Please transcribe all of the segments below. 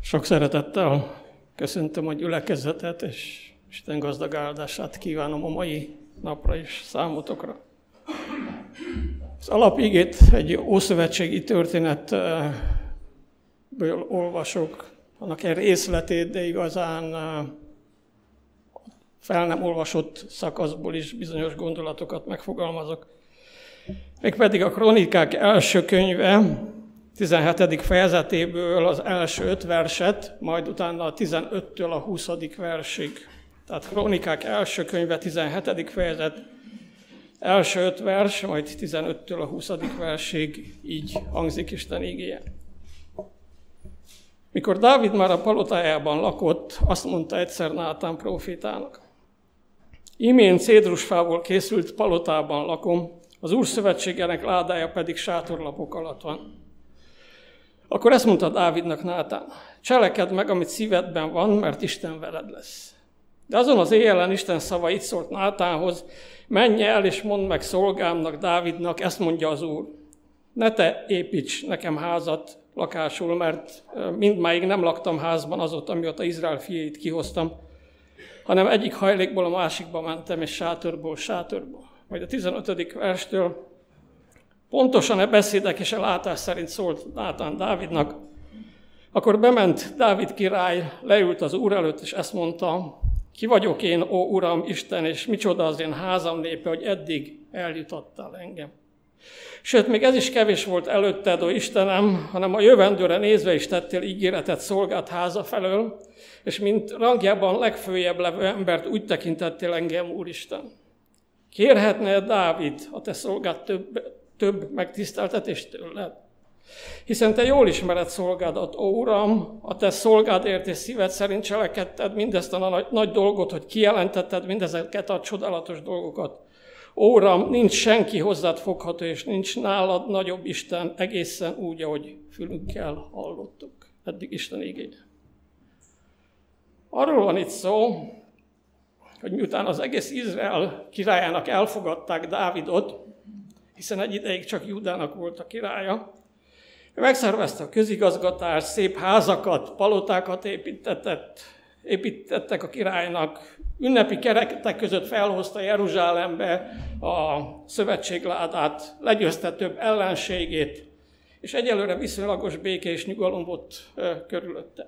Sok szeretettel köszöntöm a gyülekezetet, és Isten gazdag áldását kívánom a mai napra és számotokra. Az alapigét egy ószövetségi történetből olvasok, annak egy részletét, de igazán fel nem olvasott szakaszból is bizonyos gondolatokat megfogalmazok. Mégpedig a Kronikák első könyve, 17. fejezetéből az első 5 verset, majd utána a 15-től a 20. versig. Tehát Kronikák első könyve, 17. fejezet, első 5 vers, majd 15-től a 20. versig, így hangzik Isten igéje. Mikor Dávid már a palotájában lakott, azt mondta egyszer Nátán prófétának: Imén cédrusfából készült palotában lakom, az Úr szövetségének ládája pedig sátorlapok alatt van. Akkor ezt mondta Dávidnak Nátán: Cselekedd meg, amit szívedben van, mert Isten veled lesz. De azon az éjjelen Isten szava így szólt Nátánhoz: Menj el és mondd meg szolgámnak, Dávidnak, ezt mondja az Úr: Ne te építs nekem házat lakásul, mert mindmáig nem laktam házban azóta, amióta Izrael fiait kihoztam, hanem egyik hajlékból a másikba mentem, és sátorból sátorba. Majd a 15. verstől: Pontosan e beszédek és a látás szerint szólt Nátán Dávidnak. Akkor bement Dávid király, leült az Úr előtt, és ezt mondta: Ki vagyok én, ó Uram, Isten, és micsoda az én házam népe, hogy eddig eljutottál engem. Sőt, még ez is kevés volt előtted, ó Istenem, hanem a jövendőre nézve is tettél ígéretet szolgád háza felől, és mint rangjában legfőjebb levő embert úgy tekintettél engem, Úristen. Kérhetne Dávid, a te szolgád több megtiszteltetést tőled? Hiszen te jól ismered szolgádat, ó Uram, a te szolgádért és szíved szerint cselekedted mindezt a nagy dolgot, hogy kijelentetted mindezeket a csodálatos dolgokat. Ó Uram, nincs senki hozzád fogható, és nincs nálad nagyobb Isten, egészen úgy, ahogy fülünkkel hallottuk. Eddig Isten igéje. Arról van itt szó, hogy miután az egész Izrael királyának elfogadták Dávidot, hiszen egy ideig csak Júdának volt a királya, ő megszervezte a közigazgatást, szép házakat, palotákat építettek a királynak, ünnepi keretek között felhozta Jeruzsálembe a szövetségládát, legyőzte több ellenségét, és egyelőre viszonylagos béke és nyugalom volt körülötte.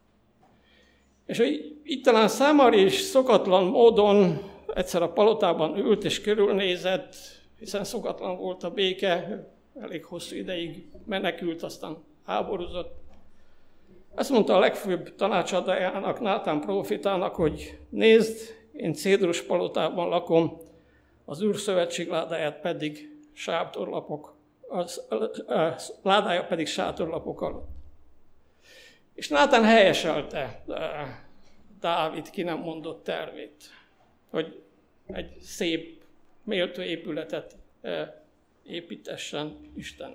És így talán számára is szokatlan módon egyszer a palotában ült és körülnézett, hiszen szokatlan volt a béke, elég hosszú ideig menekült, aztán háborúzott. Ezt mondta a legfőbb tanácsadójának, Nátán prófétának, hogy nézd, én cédrus palotában lakom, az Úr szövetségládáját pedig ládája pedig sátorlapok alatt. És Nátán helyeselte Dávid ki nem mondott tervét, hogy egy szép, méltó épületet építessen Istennek.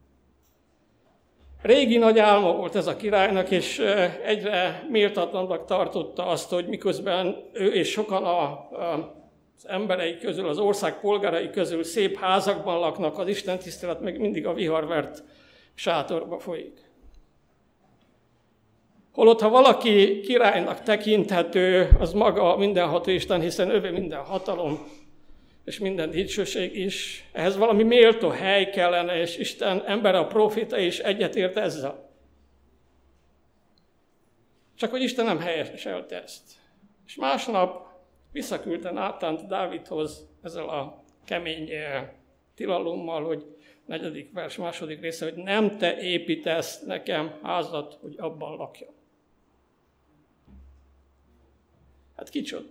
Régi nagy álma volt ez a királynak, és egyre méltatlanabbnak tartotta azt, hogy miközben ő és sokan az emberei közül, az ország polgárai közül szép házakban laknak, az Isten tisztelet még mindig a viharvert sátorba folyik. Holott, ha valaki királynak tekinthető, az maga a mindenható Isten, hiszen övé minden hatalom és minden dicsőség is. Ehhez valami méltó hely kellene, és Isten embere, a próféta is egyetért ezzel. Csak hogy Isten nem helyeselte ezt. És másnap visszaküldte Nátánt Dávidhoz ezzel a kemény tilalommal, hogy 4. vers 2. része, hogy nem te építesz nekem házat, hogy abban lakjam. Hát kicsoda.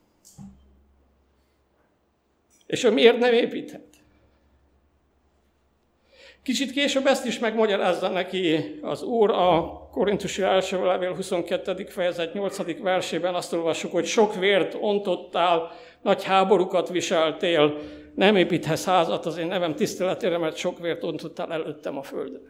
És ő miért nem építhet? Kicsit később ezt is megmagyarázza neki az Úr a Korintusi első levél 22. fejezet 8. versében. Azt olvassuk, hogy sok vért ontottál, nagy háborúkat viseltél, nem építhetsz házat az én nevem tiszteletére, mert sok vért ontottál előttem a földre.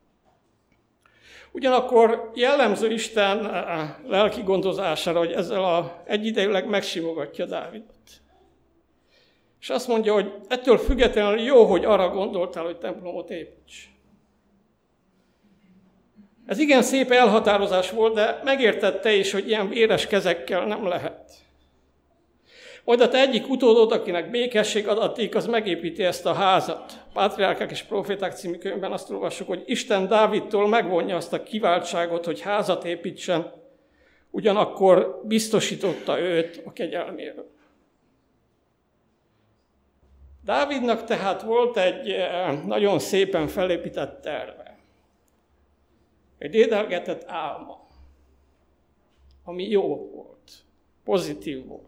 Ugyanakkor jellemző Isten lelki gondozására, hogy ezzel egyidejűleg megsimogatja Dávidot. És azt mondja, hogy ettől függetlenül jó, hogy arra gondoltál, hogy templomot építs. Ez igen szép elhatározás volt, de megértette is, hogy ilyen véres kezekkel nem lehet. Majd a te egyik utódod, akinek békesség adatik, az megépíti ezt a házat. Pátriárkák és Proféták című könyvben azt olvassuk, hogy Isten Dávidtól megvonja azt a kiváltságot, hogy házat építsen, ugyanakkor biztosította őt a kegyelméről. Dávidnak tehát volt egy nagyon szépen felépített terve. Egy dédelgetett álma, ami jó volt, pozitív volt.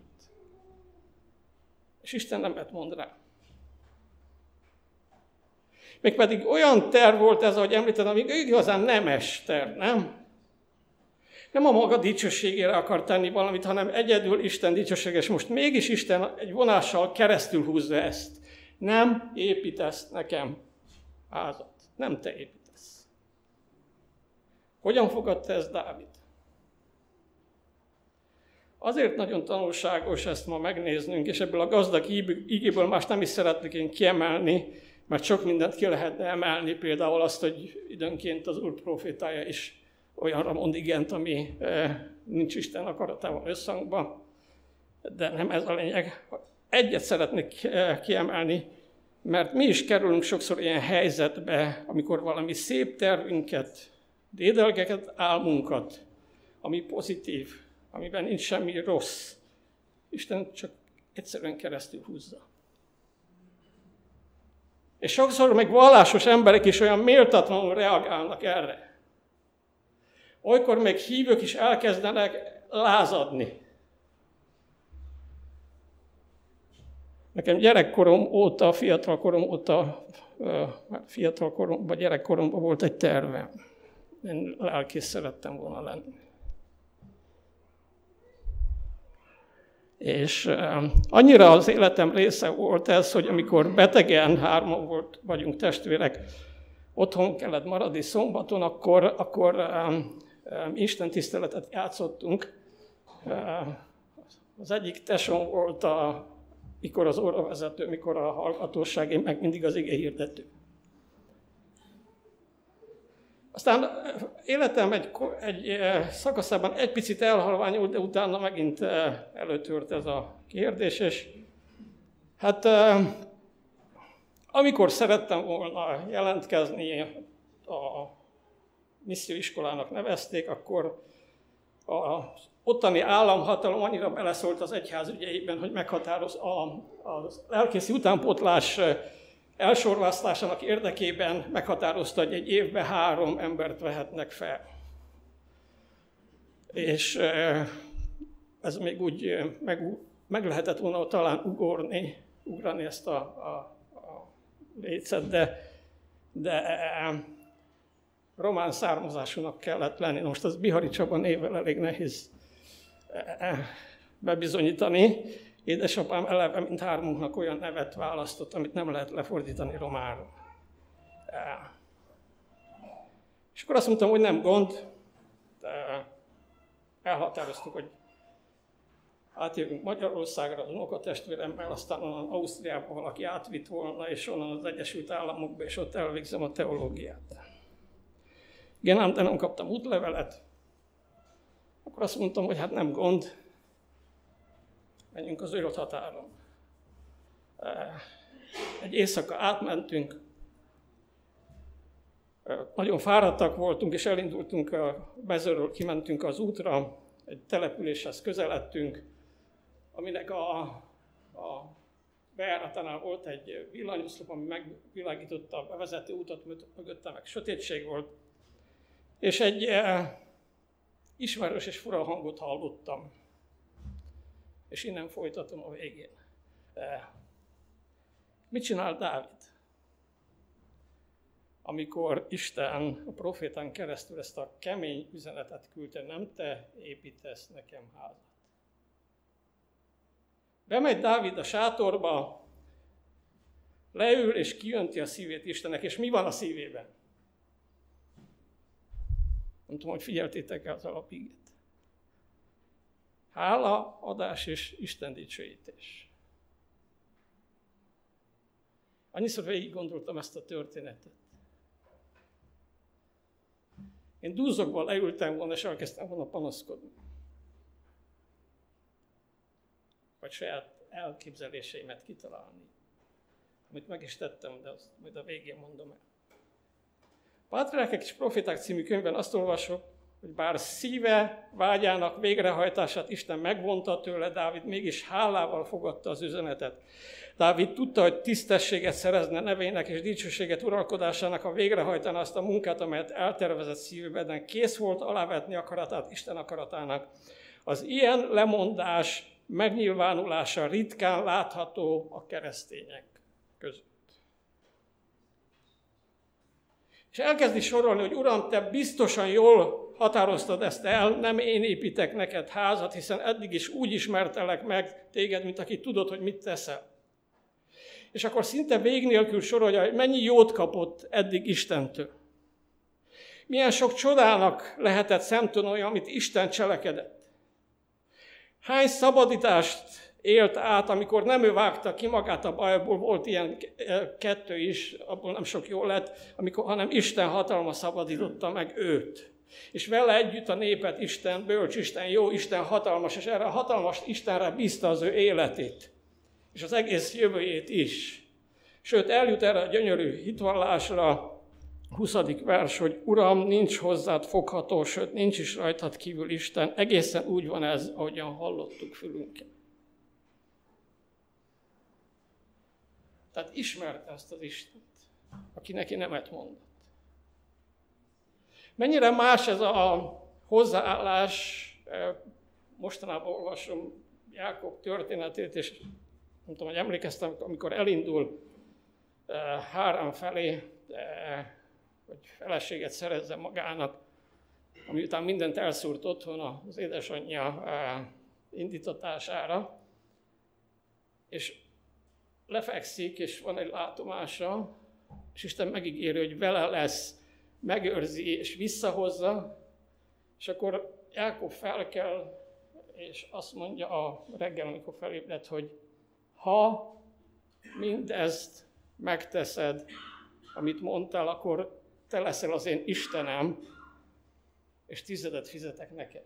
És Isten nemet mond rá. Mégpedig olyan terv volt ez, ahogy említettem, amíg igazán nemes terv, nem? Nem a maga dicsőségére akar tenni valamit, hanem egyedül Isten dicsőséges. Most mégis Isten egy vonással keresztül húzza ezt. Nem építesz nekem házat. Nem te építesz. Hogyan fogadta ezt Dávid? Azért nagyon tanulságos ezt ma megnéznünk, és ebből a gazdag ígéből más nem is szeretnék én kiemelni, mert sok mindent ki lehetne emelni, például azt, hogy időnként az Úr profétája is olyanra mond igent, ami nincs Isten akaratával összhangban, de nem ez a lényeg. Egyet szeretnék kiemelni, mert mi is kerülünk sokszor ilyen helyzetbe, amikor valami szép tervünket, dédelgeket, álmunkat, ami pozitív, amiben nincs semmi rossz, Isten csak egyszerűen keresztül húzza. És sokszor meg vallásos emberek is olyan méltatlanul reagálnak erre. Olykor még hívők is elkezdenek lázadni. Nekem gyerekkorom óta, fiatalkoromban, gyerekkoromban volt egy tervem. Én lelkész szerettem volna lenni. És annyira az életem része volt ez, hogy amikor betegen, 3 vagyunk testvérek, otthon kellett maradni szombaton, akkor istentiszteletet játszottunk. Az egyik tesóm volt, mikor az óravezető, mikor a hallgatóság, én meg mindig az ige hirdető. Aztán életem egy szakaszában egy picit elhalványult, de utána megint előtört ez a kérdés, és hát amikor szerettem volna jelentkezni, a misszióiskolának nevezték, akkor az ottani államhatalom annyira beleszólt az egyház ügyeiben, hogy meghatároz a lelkészi utánpótlás elsorvasztásának érdekében meghatározta, hogy egy évben 3 embert vehetnek fel. És ez még úgy meg lehetett volna talán ugrani ezt a lécet, de román származásúnak kellett lenni. Most az Bihari Csaba névvel elég nehéz bebizonyítani. Édesapám eleve mindhármunknak olyan nevet választott, amit nem lehet lefordítani románra. És akkor azt mondtam, hogy nem gond, de elhatároztuk, hogy átjövünk Magyarországra az unokatestvéremmel, aztán onnan Ausztriába valaki átvitt volna, és onnan az Egyesült Államokba, és ott elvégzem a teológiát. Igen, ám de nem kaptam útlevelet. Akkor azt mondtam, hogy hát nem gond, menjünk az őrött határon. Egy éjszaka átmentünk, nagyon fáradtak voltunk, és elindultunk a mezőről, kimentünk az útra, egy településhez közeledtünk, aminek a bejáratánál volt egy villanyoszlop, ami megvilágította a bevezető utat, mögötte meg sötétség volt, és egy ismerős és fura hangot hallottam. És innen folytatom a végén. Mit csinál Dávid? Amikor Isten a profétán keresztül ezt a kemény üzenetet küldte, nem te építesz nekem házat. Bemegy Dávid a sátorba, leül és kijönti a szívét Istennek, és mi van a szívében? Nem tudom, hogy figyeltétek-e az alapigét. Hála, adás és Isten dicsőítés. Annyiszor végig gondoltam ezt a történetet. Én duzzogva leültem volna, és elkezdtem volna panaszkodni. Vagy saját elképzeléseimet kitalálni. Amit meg is tettem, de azt majd a végén mondom el. Pátriárkák és Proféták című könyvben azt olvasok, hogy bár szíve vágyának végrehajtását Isten megvonta tőle, Dávid mégis hálával fogadta az üzenetet. Dávid tudta, hogy tisztességet szerezne nevének és dicsőséget uralkodásának, ha végrehajtaná azt a munkát, amelyet eltervezett szívében, de kész volt alávetni akaratát Isten akaratának. Az ilyen lemondás megnyilvánulása ritkán látható a keresztények között. És elkezdi sorolni, hogy Uram, te biztosan jól határoztad ezt el, nem én építek neked házat, hiszen eddig is úgy ismertelek meg téged, mint aki tudod, hogy mit teszel. És akkor szinte vég nélkül sorolja, hogy mennyi jót kapott eddig Istentől. Milyen sok csodának lehetett szemtanúja, amit Isten cselekedett. Hány szabadítást élt át, amikor nem ő vágta ki magát a bajból, volt ilyen 2 is, abból nem sok jó lett, hanem Isten hatalma szabadította meg őt. És vele együtt a népet Isten bölcs, Isten jó, Isten hatalmas, és erre a hatalmas Istenre bízta az ő életét, és az egész jövőjét is. Sőt, eljut erre a gyönyörű hitvallásra, 20. vers, hogy Uram, nincs hozzád fogható, sőt, nincs is rajtad kívül Isten. Egészen úgy van ez, ahogyan hallottuk fülünket. Tehát ismerte ezt az Istent, aki neki nemet mondott. Mennyire más ez a hozzáállás, mostanában olvasom Jákob történetét, és nem tudom, hogy emlékeztem, amikor elindul Hárán felé, hogy feleséget szerezze magának, ami után mindent elszúrt otthon az édesanyja indítatására, és lefekszik, és van egy látomása, és Isten megígéri, hogy vele lesz, megőrzi és visszahozza, és akkor Jákob felkel, és azt mondja a reggel, amikor felébredt, hogy ha mindezt megteszed, amit mondtál, akkor te leszel az én Istenem, és 10 fizetek neked.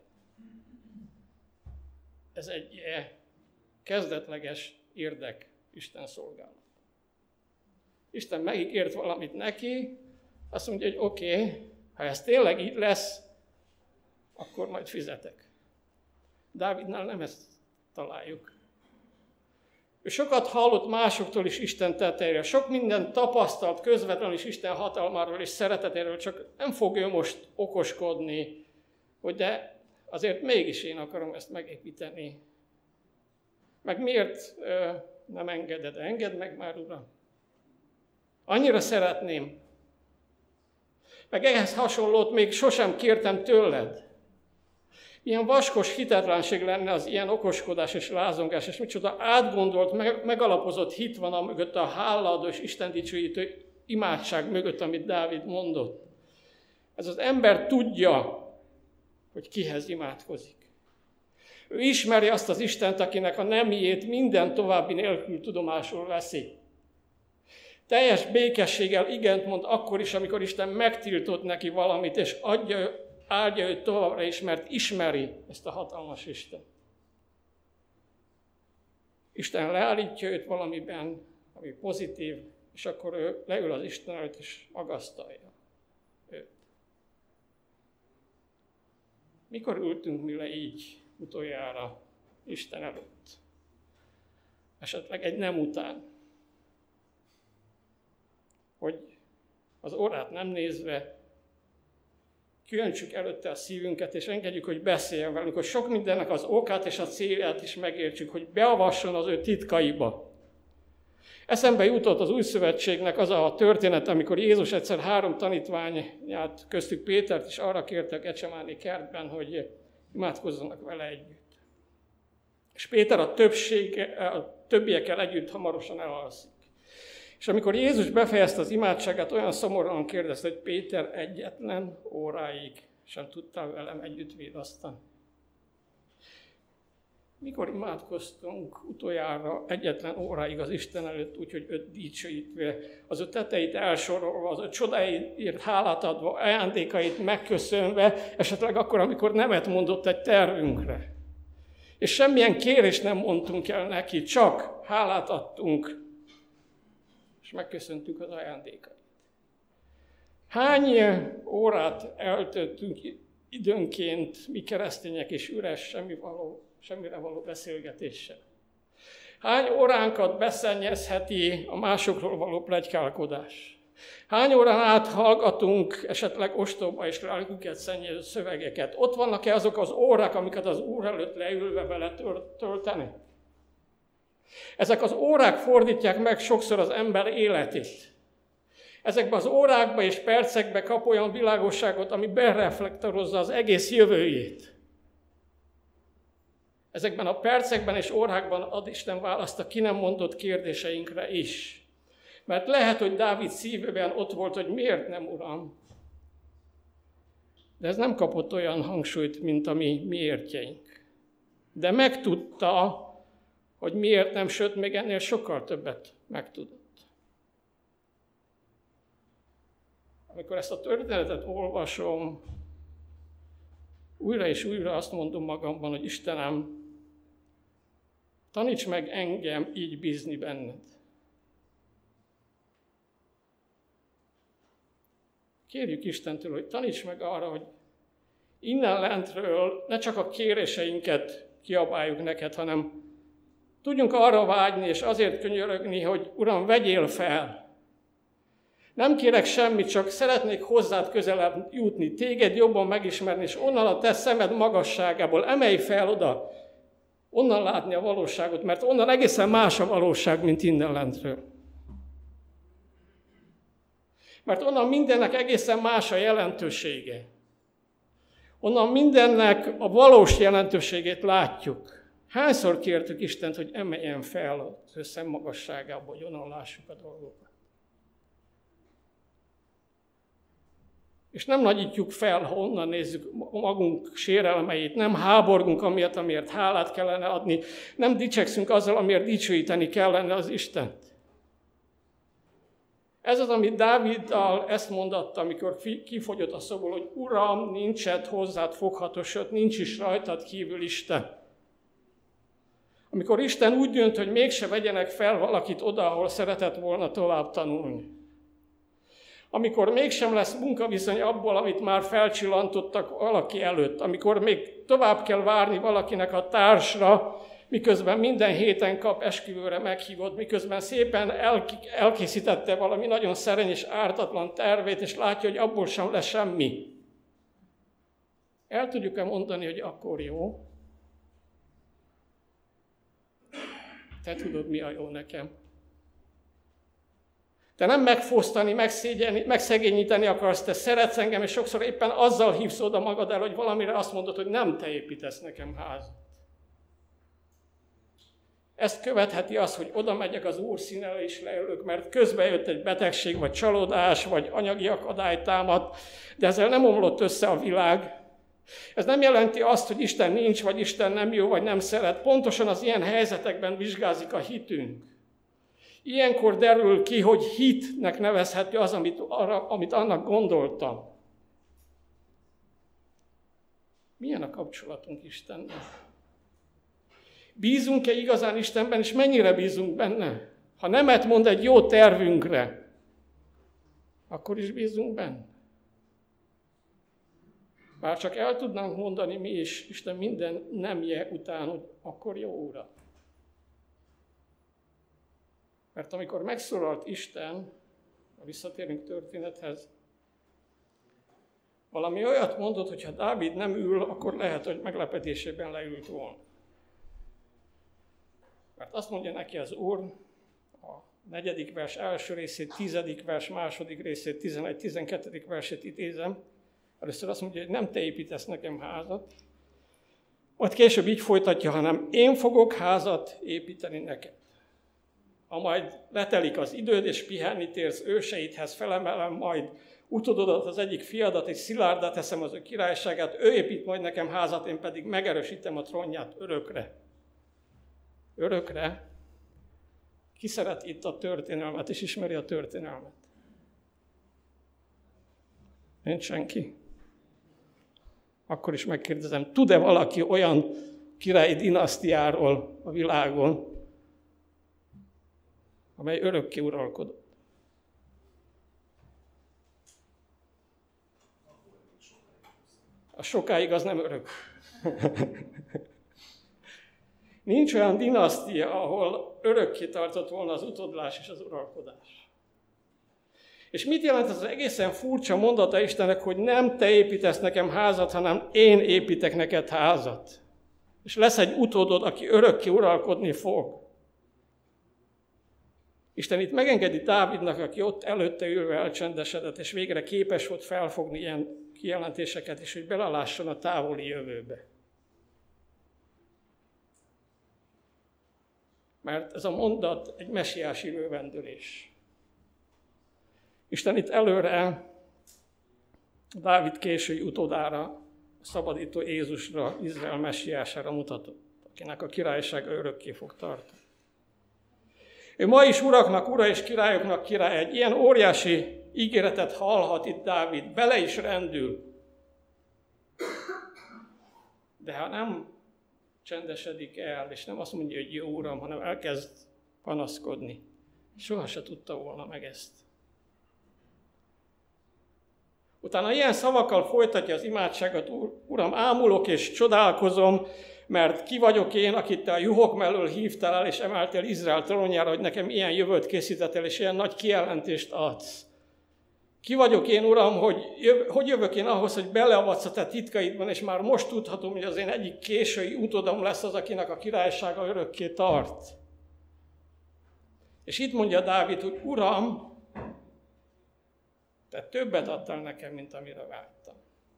Ez egy kezdetleges érdek Isten szolgálat. Isten megígért valamit neki, azt mondja, hogy oké, ha ez tényleg így lesz, akkor majd fizetek. Dávidnál nem ezt találjuk. Ő sokat hallott másoktól is Isten tetteiről, sok mindent tapasztalt közvetlenül is Isten hatalmáról és szeretetéről, csak nem fog ő most okoskodni, hogy de azért mégis én akarom ezt megépíteni. Meg miért nem engeded? Engedd meg már, Uram. Annyira szeretném. Meg ehhez hasonlót még sosem kértem tőled. Ilyen vaskos hitetlenség lenne az ilyen okoskodás és lázongás, és micsoda átgondolt, megalapozott hit van mögött, a hálaadó és Isten dicsőítő imádság mögött, amit Dávid mondott. Ez az ember tudja, hogy kihez imádkozik. Ő ismeri azt az Istent, akinek a nemiét minden további nélkül tudomásul veszi. Teljes békességgel igent mond akkor is, amikor Isten megtiltott neki valamit, és áldja őt továbbra is, mert ismeri ezt a hatalmas Isten. Isten leállítja őt valamiben, ami pozitív, és akkor ő leül az Isten előtt, és magasztalja őt. Mikor ültünk mi le így utoljára Isten előtt? Esetleg egy nem után. Hogy az órát nem nézve, kiöntsük előtte a szívünket, és engedjük, hogy beszéljen velünk, hogy sok mindennek az okát és a célját is megértsük, hogy beavasson az ő titkaiba. Eszembe jutott az Új Szövetségnek az a történet, amikor Jézus egyszer 3 tanítványát, köztük Pétert is arra kérte a Gecsemáni kertben, hogy imádkozzanak vele együtt. És Péter a többiekkel együtt hamarosan elalszik. És amikor Jézus befejezte az imádságát, olyan szomorúan kérdezte, hogy Péter, egyetlen óráig sem tudtál velem együtt vigasztani. Mikor imádkoztunk utoljára egyetlen óráig az Isten előtt, úgyhogy őt dicsőítve, az ő tetteit elsorolva, az ő csodáiért hálát adva, ajándékait megköszönve, esetleg akkor, amikor nemet mondott egy tervünkre. És semmilyen kérést nem mondtunk el neki, csak hálát adtunk, és megköszöntük az ajándékait. Hány órát eltöltünk időnként mi keresztények és üres, semmire való beszélgetéssel? Hány óránkat beszennyezheti a másokról való pletykálkodás? Hány órán át hallgatunk esetleg ostoba és lelkünket szennyező szövegeket? Ott vannak-e azok az órák, amiket az Úr előtt leülve vele tölteni? Ezek az órák fordítják meg sokszor az ember életét. Ezekben az órákban és percekben kap olyan világosságot, ami bereflektorozza az egész jövőjét. Ezekben a percekben és órákban ad Isten választ a ki nem mondott kérdéseinkre is. Mert lehet, hogy Dávid szívében ott volt, hogy miért nem, Uram? De ez nem kapott olyan hangsúlyt, mint a mi miértjeink. De megtudta, hogy miért nem, sőt, még ennél sokkal többet megtudott. Amikor ezt a történetet olvasom, újra és újra azt mondom magamban, hogy Istenem, taníts meg engem így bízni benned. Kérjük Istentől, hogy taníts meg arra, hogy innen lentről ne csak a kéréseinket kiabáljuk neked, hanem tudjunk arra vágyni és azért könyörögni, hogy Uram, vegyél fel. Nem kérek semmit, csak szeretnék hozzád közelebb jutni, téged jobban megismerni, és onnan a te szemed magasságából emelj fel oda, onnan látni a valóságot, mert onnan egészen más a valóság, mint innen lentről. Mert onnan mindennek egészen más a jelentősége. Onnan mindennek a valós jelentőségét látjuk. Hányszor kértük Istent, hogy emeljen fel az ő szemmagasságába, hogy onnan lássuk a dolgokat. És nem nagyítjuk fel, ha onnan nézzük magunk sérelmeit, nem háborgunk amiatt, amiért hálát kellene adni, nem dicsekszünk azzal, amiért dicsőíteni kellene az Istent. Ez az, amit Dáviddal ezt mondatta, amikor kifogyott a szóból, hogy Uram, nincsed hozzád fogható, sőt, nincs is rajtad kívül Isten. Amikor Isten úgy dönt, hogy mégse vegyenek fel valakit oda, ahol szeretett volna tovább tanulni. Amikor mégsem lesz munkaviszony abból, amit már felcsillantottak valaki előtt, amikor még tovább kell várni valakinek a társra, miközben minden héten kap esküvőre meghívott, miközben szépen elkészítette valami nagyon szerény és ártatlan tervét, és látja, hogy abból sem lesz semmi. El tudjuk-e mondani, hogy akkor jó? Te tudod, mi a jó nekem. Te nem megfosztani, megszegényíteni akarsz, te szeretsz engem, és sokszor éppen azzal hívsz oda magad el, hogy valamire azt mondod, hogy nem te építesz nekem házat. Ezt követheti az, hogy oda megyek az Úr színére és leülök, mert közben jött egy betegség, vagy csalódás, vagy anyagi akadály támad, de ezzel nem omlott össze a világ. Ez nem jelenti azt, hogy Isten nincs, vagy Isten nem jó, vagy nem szeret. Pontosan az ilyen helyzetekben vizsgázik a hitünk. Ilyenkor derül ki, hogy hitnek nevezhető az, amit annak gondoltam. Milyen a kapcsolatunk Istennel? Bízunk-e igazán Istenben, és mennyire bízunk benne? Ha nemet mond egy jó tervünkre, akkor is bízunk benne. Bár csak el tudnánk mondani mi is Isten minden nemje után, hogy akkor jó Uram. Mert amikor megszólalt Isten, ha visszatérünk történethez, valami olyat mondott, hogy ha Dávid nem ül, akkor lehet, hogy meglepetésében leült volna. Mert azt mondja neki az Úr, a 4. vers első részét, 10. vers második részét, 11-12. versét idézem. Először azt mondja, hogy nem te építesz nekem házat, majd később így folytatja, hanem én fogok házat építeni neked. Ha majd letelik az időd, és pihenni térsz őseidhez, felemelem majd utódodat, az egyik fiadat, és szilárdá teszem az ő királyságát, ő épít majd nekem házat, én pedig megerősítem a trónját örökre. Örökre. Ki szeret itt a történelmet, és ismeri a történelmet? Nincs senki? Akkor is megkérdezem, tud-e valaki olyan királyi dinasztiáról a világon, amely örökké uralkodott? A sokáig az nem örök. Nincs olyan dinasztia, ahol örökké tartott volna az utódlás és az uralkodás. És mit jelent ez az egészen furcsa mondata Istennek, hogy nem te építesz nekem házat, hanem én építek neked házat. És lesz egy utódod, aki örökké uralkodni fog. Isten itt megengedi Dávidnak, aki ott előtte ülve elcsendesedett, és végre képes volt felfogni ilyen kijelentéseket, és hogy belelásson a távoli jövőbe. Mert ez a mondat egy messiási jövendőlés. Isten itt előre Dávid késői utódára, a szabadító Jézusra, Izrael messiására mutatott, akinek a királysága örökké fog tartani. Ő ma is uraknak ura és királyoknak király. Egy ilyen óriási ígéretet hallhat itt Dávid, bele is rendül. De ha nem csendesedik el, és nem azt mondja, hogy jó uram, hanem elkezd panaszkodni, soha se tudta volna meg ezt. Utána ilyen szavakkal folytatja az imádságot, Uram, ámulok és csodálkozom, mert ki vagyok én, akit te a juhok mellől hívtál el, és emeltél Izrael trónjára, hogy nekem ilyen jövőt készítettél, és ilyen nagy kijelentést adsz. Ki vagyok én, Uram, hogy jövök én ahhoz, hogy beleavatsz a te titkaidban, és már most tudhatom, hogy az én egyik késői utódom lesz az, akinek a királysága örökké tart. És itt mondja Dávid, hogy Uram, te többet adtál nekem, mint amire vágytam.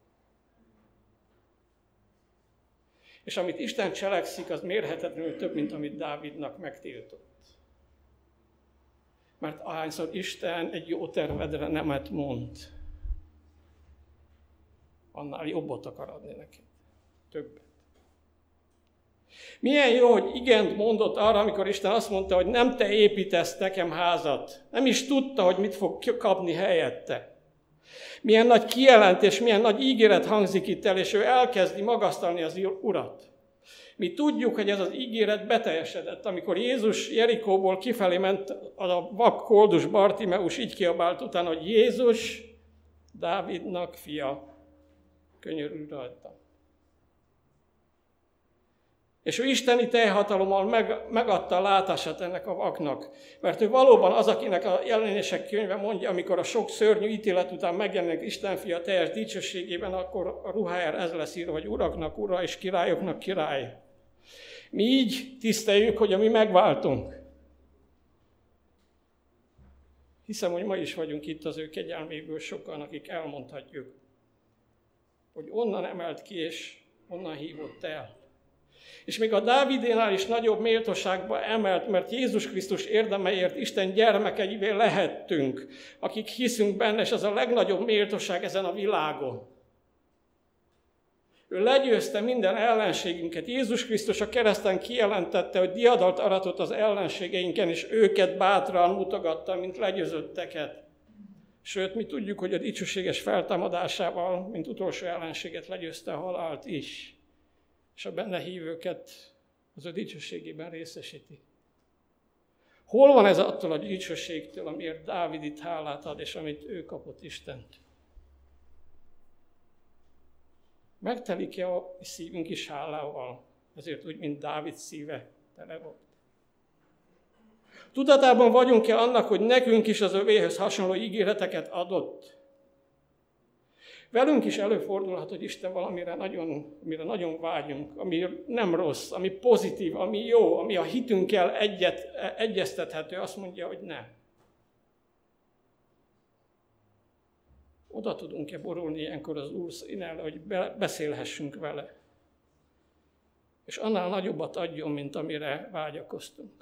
És amit Isten cselekszik, az mérhetetlenül több, mint amit Dávidnak megtiltott. Mert ahányszor Isten egy jó tervedre nemet mond, annál jobbot akar adni neki. Többet. Milyen jó, hogy igent mondott arra, amikor Isten azt mondta, hogy nem te építesz nekem házat. Nem is tudta, hogy mit fog kapni helyette. Milyen nagy kijelentés, milyen nagy ígéret hangzik itt el, és ő elkezdi magasztalni az Urat. Mi tudjuk, hogy ez az ígéret beteljesedett. Amikor Jézus Jerikóból kifelé ment, a vak koldus Bartimeus így kiabált utána, hogy Jézus, Dávidnak fia, könyörülj rajta. És ő isteni teljhatalommal megadta a látását ennek a vaknak. Mert ő valóban az, akinek a jelenések könyve mondja, amikor a sok szörnyű ítélet után megjelenik Isten fia teljes dicsőségében, akkor a ruhájára ez lesz írva, hogy uraknak ura és királyoknak király. Mi így tiszteljük, hogy a mi megváltunk. Hiszem, hogy ma is vagyunk itt az ő kegyelméből sokan, akik elmondhatjuk, hogy onnan emelt ki és onnan hívott el. És még a Dávidénál is nagyobb méltóságba emelt, mert Jézus Krisztus érdemeért Isten gyermekeivé lehettünk, akik hiszünk benne, és az a legnagyobb méltóság ezen a világon. Ő legyőzte minden ellenségünket. Jézus Krisztus a kereszten kijelentette, hogy diadalt aratott az ellenségeinken, és őket bátran mutogatta, mint legyőzötteket. Sőt, mi tudjuk, hogy a dicsőséges feltámadásával, mint utolsó ellenséget legyőzte a halált is. És a benne hívőket az ő dicsőségében részesíti. Hol van ez attól a dicsőségtől, amiért Dávid itt hálát ad, és amit ő kapott Istentől? Megtelik-e a szívünk is hálával, ezért úgy, mint Dávid szíve tele volt? Tudatában vagyunk-e annak, hogy nekünk is az övéhöz hasonló ígéreteket adott? Velünk is előfordulhat, hogy Isten valamire nagyon vágyunk, ami nem rossz, ami pozitív, ami jó, ami a hitünkkel egyeztethető, azt mondja, hogy nem. Oda tudunk-e borulni ilyenkor az Úr színel, hogy beszélhessünk vele, és annál nagyobbat adjon, mint amire vágyakoztunk.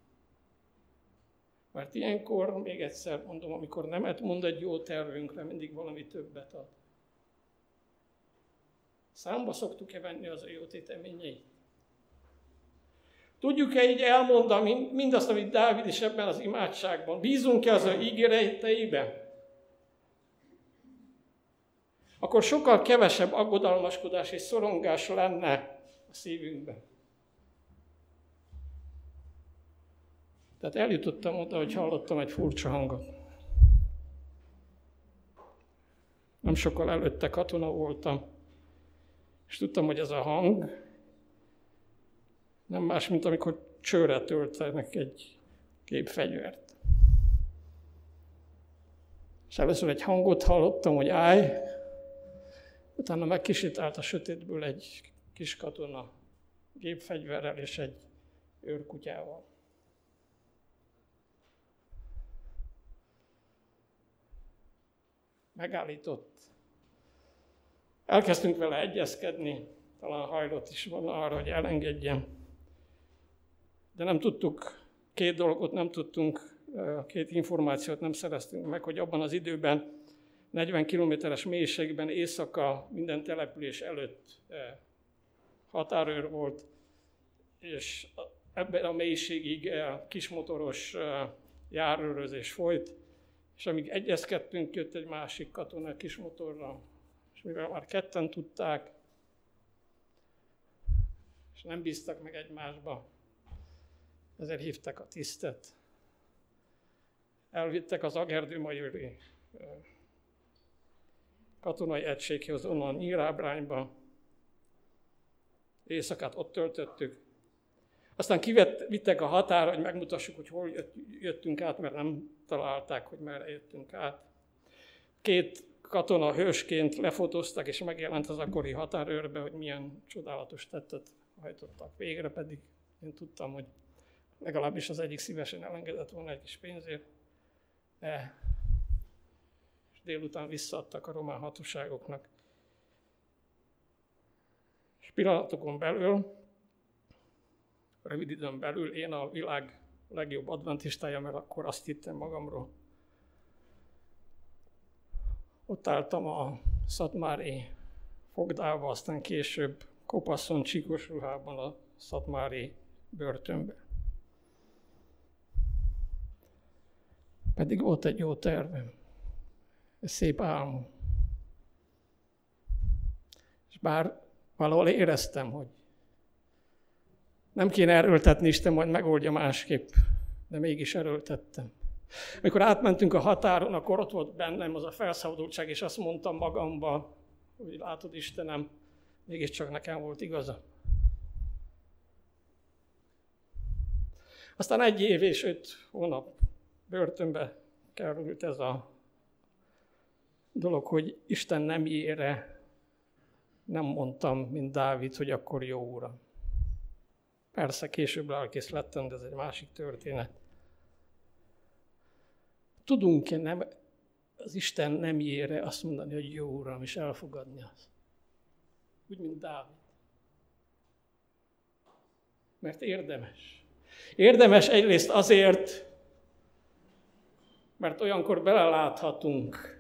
Mert ilyenkor, még egyszer mondom, amikor nemet mond egy jó tervünkre, mindig valami többet ad. Számba szoktuk-e venni az ő jó téteményeit? Tudjuk-e így elmondani mindazt, amit Dávid is ebben az imádságban? Bízunk-e az ő ígéreteiben? Akkor sokkal kevesebb aggodalmaskodás és szorongás lenne a szívünkben. Tehát eljutottam oda, hogy hallottam egy furcsa hangot. Nem sokkal előtte katona voltam, és tudtam, hogy ez a hang nem más, mint amikor csőre töltenek egy gépfegyvert. És először egy hangot hallottam, hogy állj, utána megkísértált a sötétből egy kis katona gépfegyverrel és egy őrkutyával. Megállított. Elkezdtünk vele egyezkedni, talán hajlott is van arra, hogy elengedjem. De nem tudtuk, két dolgot nem tudtunk, két információt nem szereztünk meg, hogy abban az időben 40 kilométeres mélységben éjszaka minden település előtt határőr volt, és ebben a mélységig kismotoros járőrözés folyt, és amíg egyezkedtünk, jött egy másik katona kismotorra, és mivel már ketten tudták, és nem bíztak meg egymásba, ezért hívták a tisztet. Elvittek az Agerdő-Majori katonai egységhez onnan Nyírábrányba. Éjszakát ott töltöttük. Aztán vittek a határa, hogy megmutassuk, hogy hol jöttünk át, mert nem találták, hogy merre jöttünk át. Két katona hősként lefotóztak, és megjelent az akkori határőrbe, hogy milyen csodálatos tettet hajtottak végre, pedig én tudtam, hogy legalábbis az egyik szívesen elengedett volna egy kis pénzért. És délután visszaadtak a román hatóságoknak. És pillanatokon belül, rövid időn belül én a világ legjobb adventistája, mert akkor azt hittem magamról. Ott álltam a szatmári fogdába, aztán később kopaszon, csíkos ruhában a szatmári börtönbe. Pedig volt egy jó tervem, egy szép álmom. És bár valahol éreztem, hogy nem kéne erőltetni, Isten majd megoldja másképp, de mégis erőltettem. Amikor átmentünk a határon, akkor ott volt bennem az a felszabadultság, és azt mondtam magamba, hogy látod Istenem, mégiscsak nekem volt igaza. Aztán 1 év és 5 hónap börtönbe került ez a dolog, hogy Isten nemjére nem mondtam, mint Dávid, hogy akkor jó Uram. Persze később lelkész lettem, de ez egy másik történet. Tudunk-e nem az Isten nemjére azt mondani, hogy jó Uram, és elfogadni azt? Úgy, mint Dávid. Mert érdemes. Érdemes egyrészt azért, mert olyankor beleláthatunk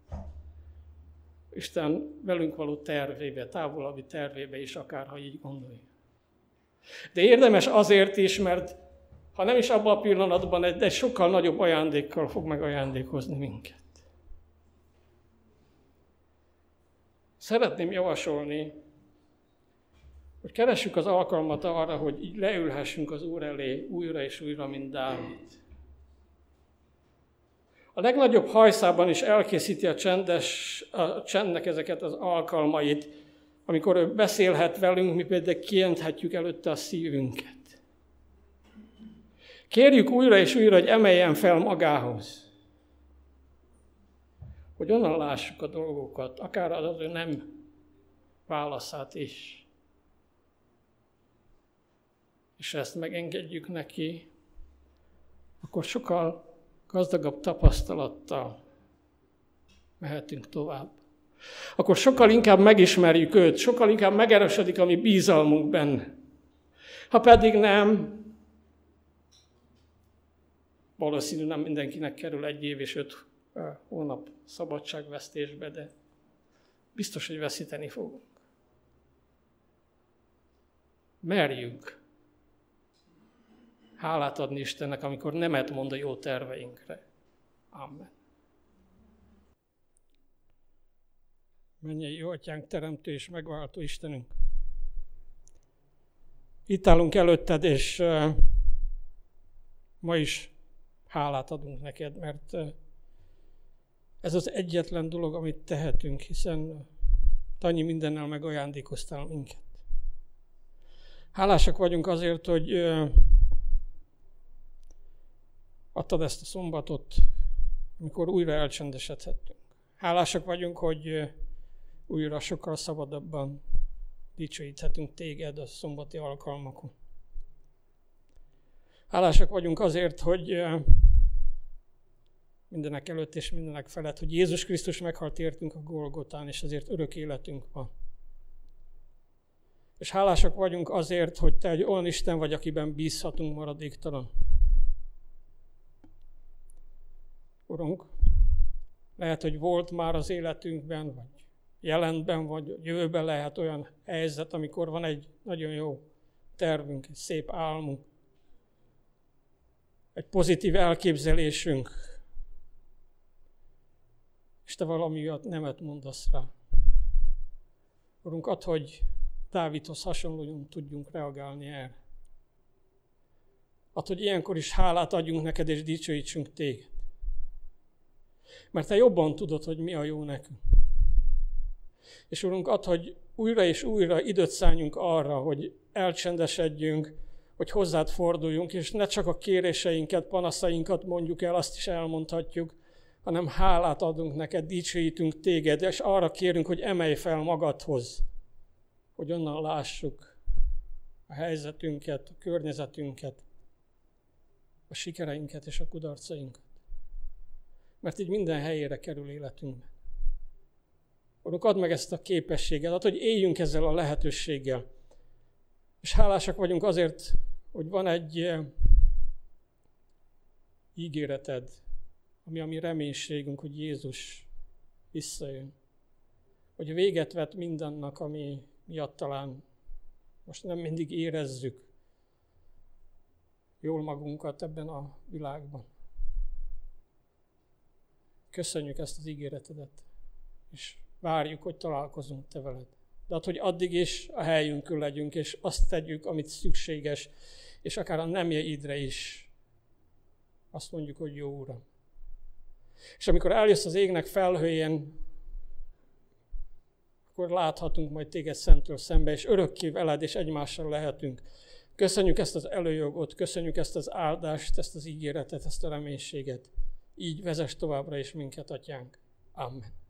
Isten velünk való tervébe, távolabbi tervébe is, akárha így gondoljuk. De érdemes azért is, mert ha nem is abban a pillanatban, de egy sokkal nagyobb ajándékkal fog megajándékozni minket. Szeretném javasolni, hogy keressük az alkalmat arra, hogy így leülhessünk az Úr elé újra és újra, mint Dávid. A legnagyobb hajszában is elkészíti a csendnek ezeket az alkalmait, amikor ő beszélhet velünk, mi pedig kienthetjük előtte a szívünket. Kérjük újra és újra, hogy emeljen fel magához, hogy onnan lássuk a dolgokat, akár az ő nem válaszát is. És ezt megengedjük neki, akkor sokkal gazdagabb tapasztalattal mehetünk tovább. Akkor sokkal inkább megismerjük őt, sokkal inkább megerősödik a mi bízalmunk benne. Ha pedig nem, valószínű nem mindenkinek kerül 1 év és 5 hónap szabadságvesztésbe, de biztos, hogy veszíteni fogunk. Merjünk hálát adni Istennek, amikor nemet mond a jó terveinkre. Amen. Mennyei jó Atyánk, teremtő és megváltó Istenünk. Itt állunk előtted, és ma is hálát adunk neked, mert ez az egyetlen dolog, amit tehetünk, hiszen annyi mindennel megajándékoztál minket. Hálásak vagyunk azért, hogy adtad ezt a szombatot, amikor újra elcsendesedhettünk. Hálásak vagyunk, hogy újra sokkal szabadabban dicsőíthetünk téged a szombati alkalmakon. Hálásak vagyunk azért, hogy mindenek előtt és mindenek felett, hogy Jézus Krisztus meghalt értünk a Golgotán, és ezért örök életünk van. És hálásak vagyunk azért, hogy te egy olyan Isten vagy, akiben bízhatunk maradéktalan. Urunk, lehet, hogy volt már az életünkben, vagy jelenben, vagy jövőben lehet olyan helyzet, amikor van egy nagyon jó tervünk, egy szép álmunk, egy pozitív elképzelésünk, és te valamiatt nemet mondasz rá. Urunk, add, hogy Dávidhoz hasonlóan tudjunk reagálni erre. Add, hogy ilyenkor is hálát adjunk neked, és dicsőítsünk téged. Mert te jobban tudod, hogy mi a jó nekünk. És Urunk, add, hogy újra és újra időt szálljunk arra, hogy elcsendesedjünk, hogy hozzád forduljunk, és ne csak a kéréseinket, panaszainkat mondjuk el, azt is elmondhatjuk, hanem hálát adunk neked, dicsőítünk téged, és arra kérünk, hogy emelj fel magadhoz, hogy onnan lássuk a helyzetünket, a környezetünket, a sikereinket és a kudarcainkat. Mert így minden helyére kerül életünkben. Urunk, add meg ezt a képességet, add, hogy éljünk ezzel a lehetőséggel. És hálásak vagyunk azért, hogy van egy ígéreted, ami a mi reménységünk, hogy Jézus visszajön. Hogy véget vet mindannak, ami miatt talán most nem mindig érezzük jól magunkat ebben a világban. Köszönjük ezt az ígéretedet, és várjuk, hogy találkozunk te veled. De hogy addig is a helyünkön legyünk, és azt tegyük, amit szükséges, és akár a nemjeidre is azt mondjuk, hogy jó Uram. És amikor eljössz az égnek felhőjén, akkor láthatunk majd téged szemtől szembe, és örökké veled, és egymással lehetünk. Köszönjük ezt az előjogot, köszönjük ezt az áldást, ezt az ígéretet, ezt a reménységet. Így vezess továbbra is minket, Atyánk. Amen.